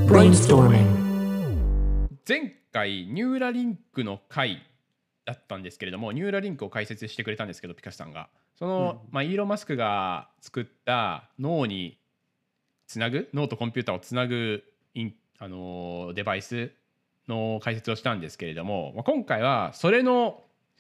前回ニューラリンクの回だったんですけれども、ニューラリンクを解説してくれたんですけど、ピカシさんがその、イーロン・マスクが作った脳につなぐ、脳とコンピューターをつなぐデバイスの解説をしたんですけれども、今回はそれの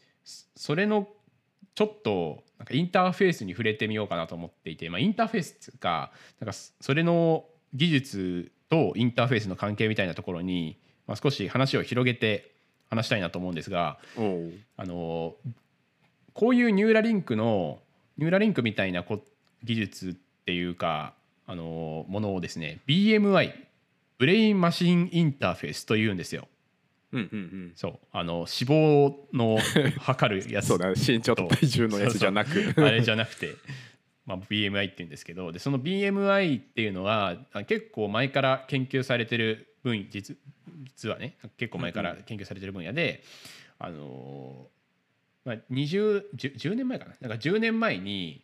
ちょっとなんかインターフェースに触れてみようかなと思っていて、インターフェースっていうか、なんかそれの技術とインターフェースの関係みたいなところに、少し話を広げて話したいなと思うんですが、こういうニューラリンクみたいな技術っていうか、ものをですね BMI ブレインマシンインターフェースというんですよ。そう脂肪の測るやつそうだ、身長と体重のやつじゃなくあれじゃなくて、BMI っていうんですけど、でその BMI っていうのは結構前から研究されてる実はね結構前から研究されてる分野で、10年前かな、なんか10年前に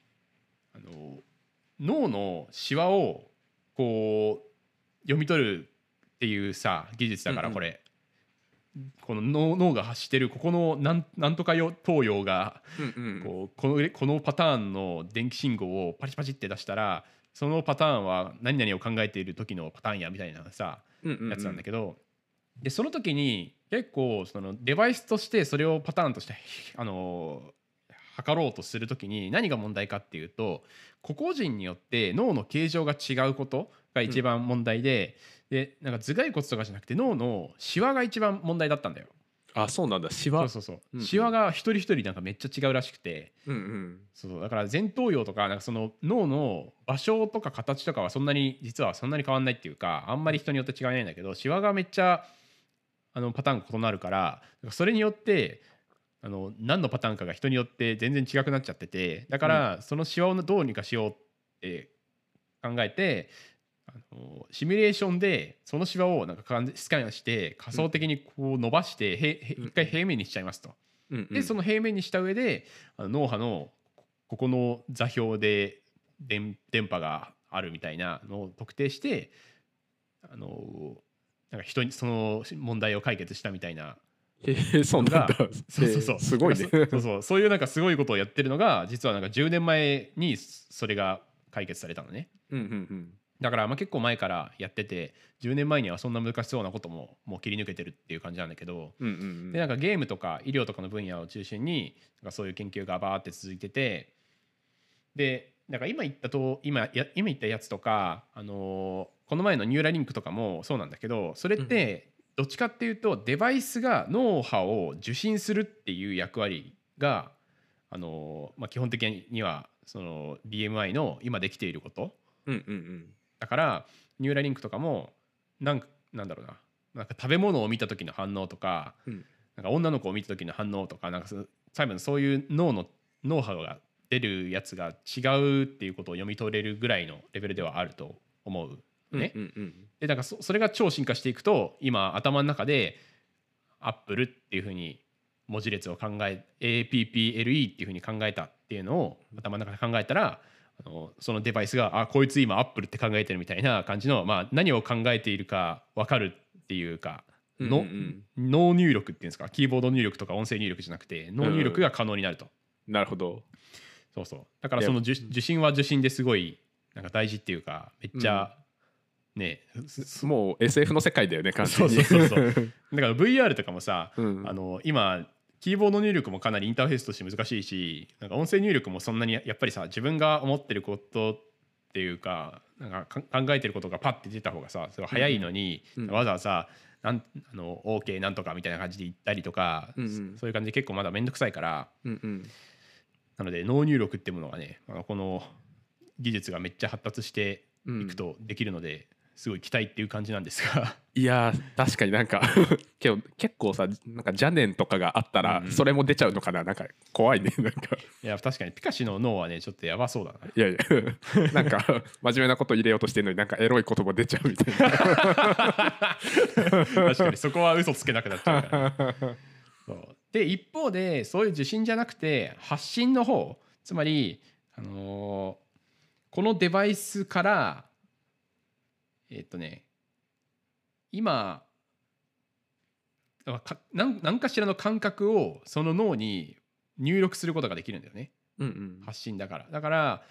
脳のシワをこう読み取るっていうさ技術だから、これ、この脳が発してるここのなんとか東洋がこのパターンの電気信号をパチパチって出したら、そのパターンは何々を考えている時のパターンやみたいなさやつなんだけど、でその時に結構そのデバイスとしてそれをパターンとして測ろうとする時に何が問題かっていうと、個々人によって脳の形状が違うことが一番問題で、でなんか頭蓋骨とかじゃなくて脳のシワが一番問題だったんだよ。 あ、そうなんだ、シワ。 シワが一人一人なんかめっちゃ違うらしくて、そうだから前頭葉とか、なんかその脳の場所とか形とかは実はそんなに変わんないっていうか、あんまり人によって違いないんだけど、シワがめっちゃパターンが異なるから、それによって何のパターンかが人によって全然違くなっちゃってて、だからそのシワをどうにかしようって考えて、シミュレーションでそのシワをなんかスキャンして仮想的にこう伸ばして一回平面にしちゃいますと。でその平面にした上で脳波のここの座標で電波があるみたいなのを特定して、なんか人にその問題を解決したみたいな。 そうなんだ。 すごいね。そういうなんかすごいことをやってるのが、実はなんか10年前にそれが解決されたのね。だから結構前からやってて、10年前にはそんな難しそうなことももう切り抜けてるっていう感じなんだけど、でなんかゲームとか医療とかの分野を中心になんかそういう研究がバーって続いてて、でなんか今言ったやつとか、この前のニューラリンクとかもそうなんだけど、それってどっちかっていうとデバイスが脳波を受信するっていう役割が基本的にはその BMI の今できていること、だからニューラリンクとかもなんだろうな、なんか食べ物を見た時の反応とか、なんか女の子を見た時の反応とか、なんか多分そういう脳波が出るやつが違うっていうことを読み取れるぐらいのレベルではあると思うね。でなんかそれが超進化していくと、今頭の中でアップルっていうふうに文字列をAPPLE っていうふうに考えたっていうのを頭の中で考えたら、そのデバイスがこいつ今アップルって考えてるみたいな感じの、何を考えているか分かるっていうか、脳入力っていうんですか、キーボード入力とか音声入力じゃなくて脳入力が可能になると。 なるほど。 だからその受信は受信ですごいなんか大事っていうか、めっちゃね、 もう SF の世界だよね、完全に。 だから VR とかもさ、今キーボード入力もかなりインターフェースとして難しいし、なんか音声入力もそんなにやっぱりさ、自分が思ってることっていうか、なんか考えてることがパッて出た方がさ、それは早いのに、わざわざOK なんとかみたいな感じで言ったりとか、そういう感じで結構まだめんどくさいから、なので脳入力ってものがね、この技術がめっちゃ発達していくとできるので、すごい期待っていう感じなんですがいや確かになんか結構さ、なんか邪念とかがあったらそれも出ちゃうのかな、なんか怖いね。なんかいや確かにピカシの脳はねちょっとやばそうだな。 いやなんか真面目なこと入れようとしてるのになんかエロい言葉出ちゃうみたいな確かにそこは嘘つけなくなっちゃうからそうで一方でそういう受信じゃなくて発信の方、つまりこのデバイスから今何かしらの感覚をその脳に入力することができるんだよね、発信だから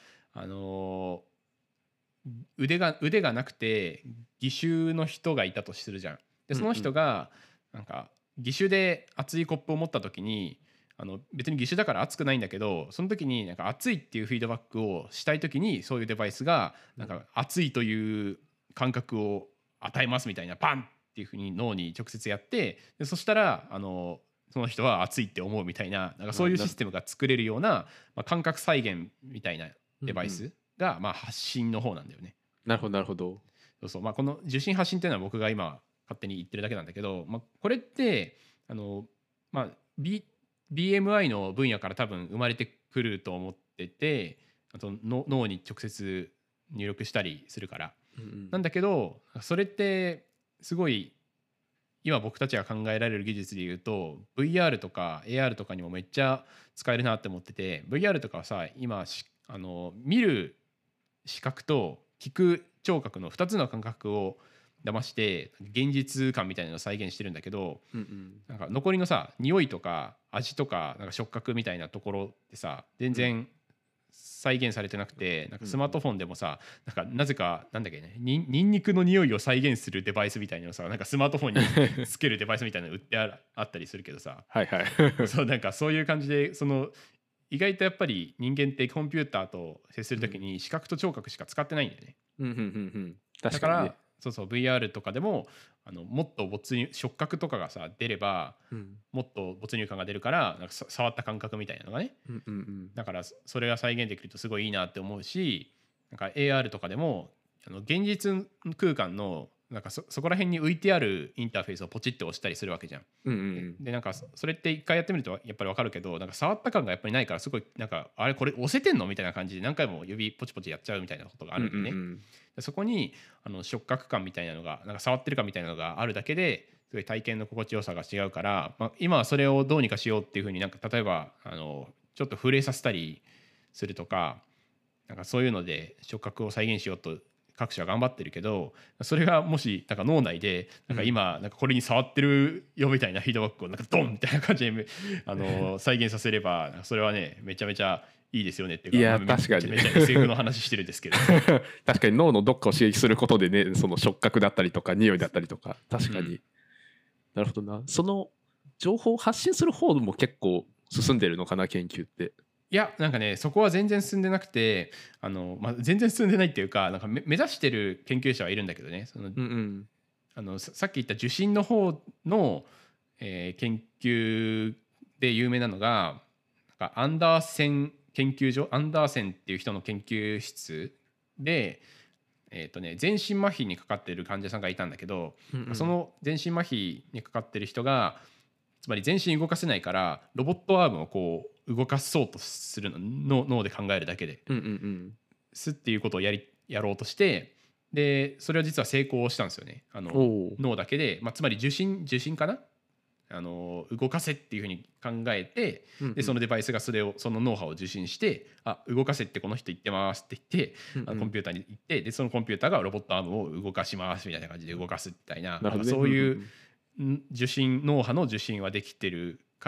腕がなくて義手の人がいたとするじゃん。でその人がなんか義手で熱いコップを持った時に別に義手だから熱くないんだけど、その時になんか熱いっていうフィードバックをしたい時にそういうデバイスがなんか熱いという感覚を与えますみたいな、パンっていうふうに脳に直接やって、でそしたらその人は熱いって思うみたいな、なんかそういうシステムが作れるような、感覚再現みたいなデバイスが、発信の方なんだよね。 なるほどなるほど。 そうそう、この受信発信っていうのは僕が今勝手に言ってるだけなんだけど、これってBMI の分野から多分生まれてくると思ってて、あと脳に直接入力したりするから、なんだけどそれってすごい今僕たちが考えられる技術でいうと VR とか AR とかにもめっちゃ使えるなって思ってて、 VR とかはさ今見る視覚と聞く聴覚の2つの感覚を騙して現実感みたいなのを再現してるんだけど、なんか残りのさ匂いとか味とか、なんか触覚みたいなところってさ全然再現されてなくて、なんかスマートフォンでもさなぜかなんだっけね、ニンニクの匂いを再現するデバイスみたいなのさ、なんかスマートフォンにつけるデバイスみたいなの売ってあったりするけどさはいはいそうなんかそういう感じで、意外とやっぱり人間ってコンピューターと接するときに視覚と聴覚しか使ってないんだよね。 確かにね。 だからVR とかでももっと触覚とかがさ出れば、もっと没入感が出るから、なんか触った感覚みたいなのがね、だからそれが再現できるとすごいいいなって思うし、なんか AR とかでも現実空間のなんかそこら辺に浮いてあるインターフェースをポチッと押したりするわけじゃん。でなんかそれって一回やってみるとやっぱり分かるけど、なんか触った感がやっぱりないから、すごいなんかあれこれ押せてんのみたいな感じで何回も指ポチポチやっちゃうみたいなことがあるんでね。でそこに触覚感みたいなのが、なんか触ってるかみたいなのがあるだけですごい体験の心地よさが違うから、今はそれをどうにかしようっていうふうに、なんか例えばちょっと触れさせたりするとか、なんかそういうので触覚を再現しようと各社は頑張ってるけど、それがもしなんか脳内でなんか今なんかこれに触ってるよみたいなフィードバックをなんかドンみたいな感じで再現させれば、それはねめちゃめちゃいいですよねっていうか、 いや確かにめちゃめちゃ SF の話してるんですけど確かに脳のどっかを刺激することでね、その触覚だったりとか匂いだったりとか、確かに、なるほどな。その情報を発信する方も結構進んでるのかな、研究って。 いやなんかねそこは全然進んでなくて、全然進んでないっていうか、なんか目指してる研究者はいるんだけどね、さっき言った受信の方の、研究で有名なのが、なんかアンダーセン研究所、アンダーセンっていう人の研究室で、全身麻痺にかかっている患者さんがいたんだけど、その全身麻痺にかかってる人が、つまり全身動かせないからロボットアームをこう動かそうとするの、脳で考えるだけで、すっていうことをやろうとして、でそれは実は成功したんですよね。脳だけで、つまり受信かな、動かせっていうふうに考えて、でそのデバイスがその脳波を受信して、動かせってこの人言ってますって言って、コンピューターに言って、でそのコンピューターがロボットアームを動かしますみたいな感じで動かすみたいな、そういう脳波の受信はできてるから、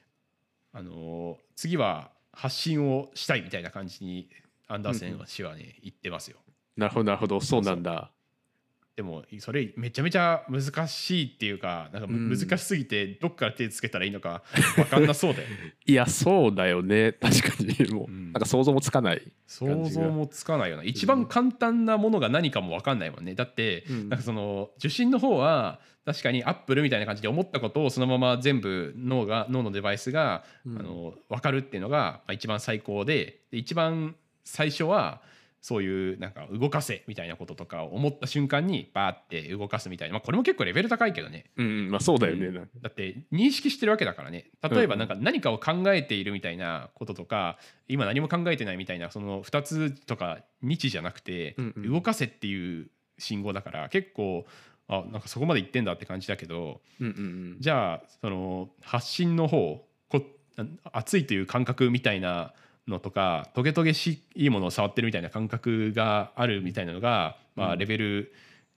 次は発信をしたいみたいな感じにアンダーセン氏はね言ってますよ。 なるほどなるほど、そうなんだ。 でもそれめちゃめちゃ難しいっていうか、なんか難しすぎてどっから手つけたらいいのか分かんなそうだよねいやそうだよね、確かに。もう、なんか想像もつかない、 想像もつかないよな。一番簡単なものが何かも分かんないもんね。だって、なんかその受信の方は確かにアップルみたいな感じで思ったことをそのまま全部脳のデバイスが、分かるっていうのが一番最高で、一番最初はそういうなんか動かせみたいなこととかを思った瞬間にバーって動かすみたいな、これも結構レベル高いけどね。 そうだよね、 だって認識してるわけだからね。例えばなんか何かを考えているみたいなこととか、今何も考えてないみたいな、その2つとか日じゃなくて、動かせっていう信号だから、結構なんかそこまで言ってんだって感じだけど、じゃあその発信の方、熱いという感覚みたいなのとか、トゲトゲしいものを触ってるみたいな感覚があるみたいなのが、レベル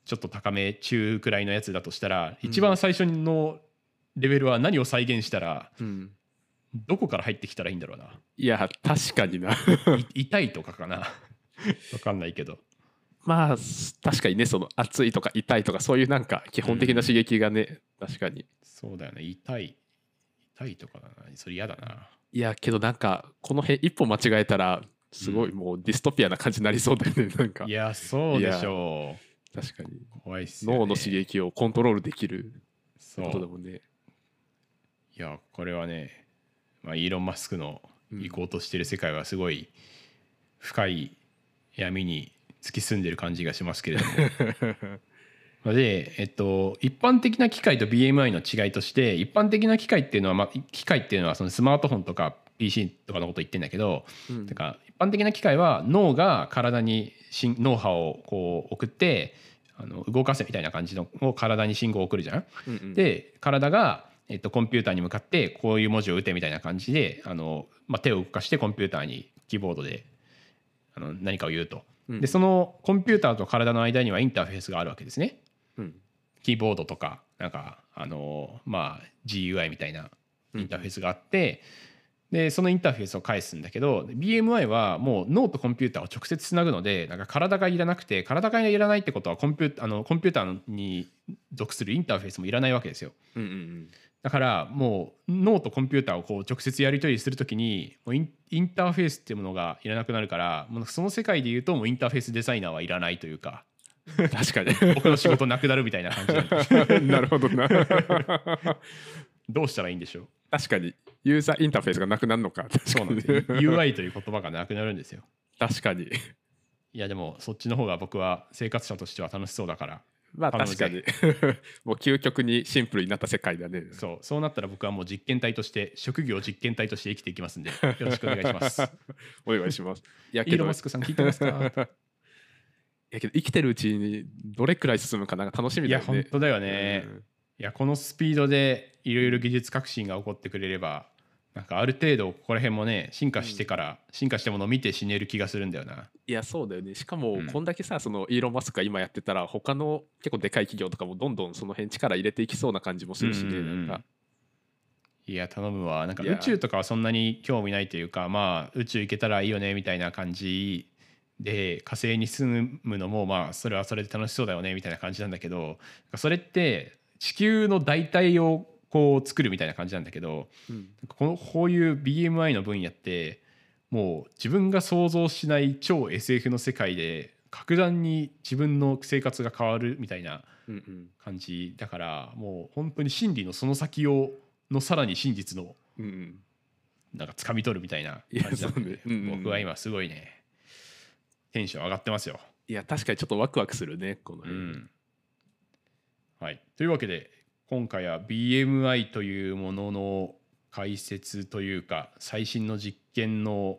ちょっと高め中くらいのやつだとしたら、一番最初のレベルは何を再現したら、どこから入ってきたらいいんだろうな。 いや確かにな痛いとかかな分かんないけど、 まあ確かにね、その熱いとか痛いとかそういうなんか基本的な刺激がね、確かにそうだよね。痛いとかだな。それ嫌だな。 いやけどなんかこの辺一歩間違えたらすごいもうディストピアな感じになりそうだよね、なんか。 いやそうでしょう。確かに怖いっすよね。 脳の刺激をコントロールできることだもんね。 いやこれはね、イーロン・マスクの行こうとしてる世界はすごい深い闇に突き進んでる感じがしますけれどもで、一般的な機械と BMI の違いとして、一般的な機械っていうのは、機械っていうのはそのスマートフォンとか PC とかのこと言ってんだけど、だから一般的な機械は脳が体に脳波をこう送って動かせみたいな感じのを体に信号を送るじゃん。で体がコンピューターに向かってこういう文字を打てみたいな感じで手を動かしてコンピューターにキーボードで何かを言うと。でそのコンピューターと体の間にはインターフェースがあるわけですね。キーボードとかなんかGUI みたいなインターフェースがあって、でそのインターフェースを返すんだけど BMI はもう脳とコンピューターを直接つなぐので、なんか体がいらなくて、体がいらないってことはコンピューターに属するインターフェースもいらないわけですよ。だからもう脳とコンピューターをこう直接やり取りするときにもうインターフェースっていうものがいらなくなるから、もうその世界でいうともうインターフェースデザイナーはいらないというか確かに僕の仕事なくなるみたいな感じなんですなるほどなどうしたらいいんでしょう。 確かにユーザーインターフェースがなくなるのか。 そうなんです。UI という言葉がなくなるんですよ。 確かに。 いやでもそっちの方が僕は生活者としては楽しそうだから。 まあ確かにもう究極にシンプルになった世界だね。 そうなったら僕はもう実験体として職業実験体として生きていきますんでよろしくお願いしますお願いします。 イーロン・マスクさん聞いてますかいやけど生きてるうちにどれくらい進むかなんか楽しみだよね。 いや本当だよね、いやこのスピードでいろいろ技術革新が起こってくれれば、なんかある程度ここら辺もね進化したものを見て死ねる気がするんだよな。 いやそうだよね。しかもこんだけさ、そのイーロン・マスクが今やってたら他の結構でかい企業とかもどんどんその辺力入れていきそうな感じもするしね、なんか。 いや頼むわ。なんか宇宙とかはそんなに興味ないというか、宇宙行けたらいいよねみたいな感じで、火星に住むのもそれはそれで楽しそうだよねみたいな感じなんだけど、それって地球の代替をこう作るみたいな感じなんだけど、こういう BMI の分野ってもう自分が想像しない超 SF の世界で格段に自分の生活が変わるみたいな感じだから、もう本当に真理のその先のさらに真実のなんか掴み取るみたいな感じなんで、僕は今すごいねテンション上がってますよ。 いや確かにちょっとワクワクするねこの辺、 はい、というわけで今回は BMI というものの解説というか最新の実験の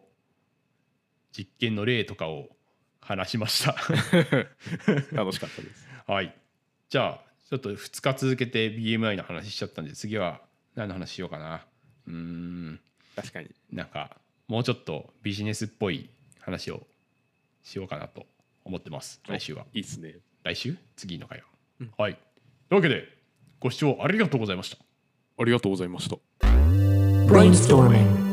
例とかを話しました楽しかったです。 はい、じゃあちょっと2日続けて BMI の話しちゃったんで、次は何の話しようかな。 確かになんかもうちょっとビジネスっぽい話をしようかなと思ってます。来週は。 いいですね。 来週次の回は、はい。というわけでご視聴ありがとうございました。 ありがとうございました。 Brainstorming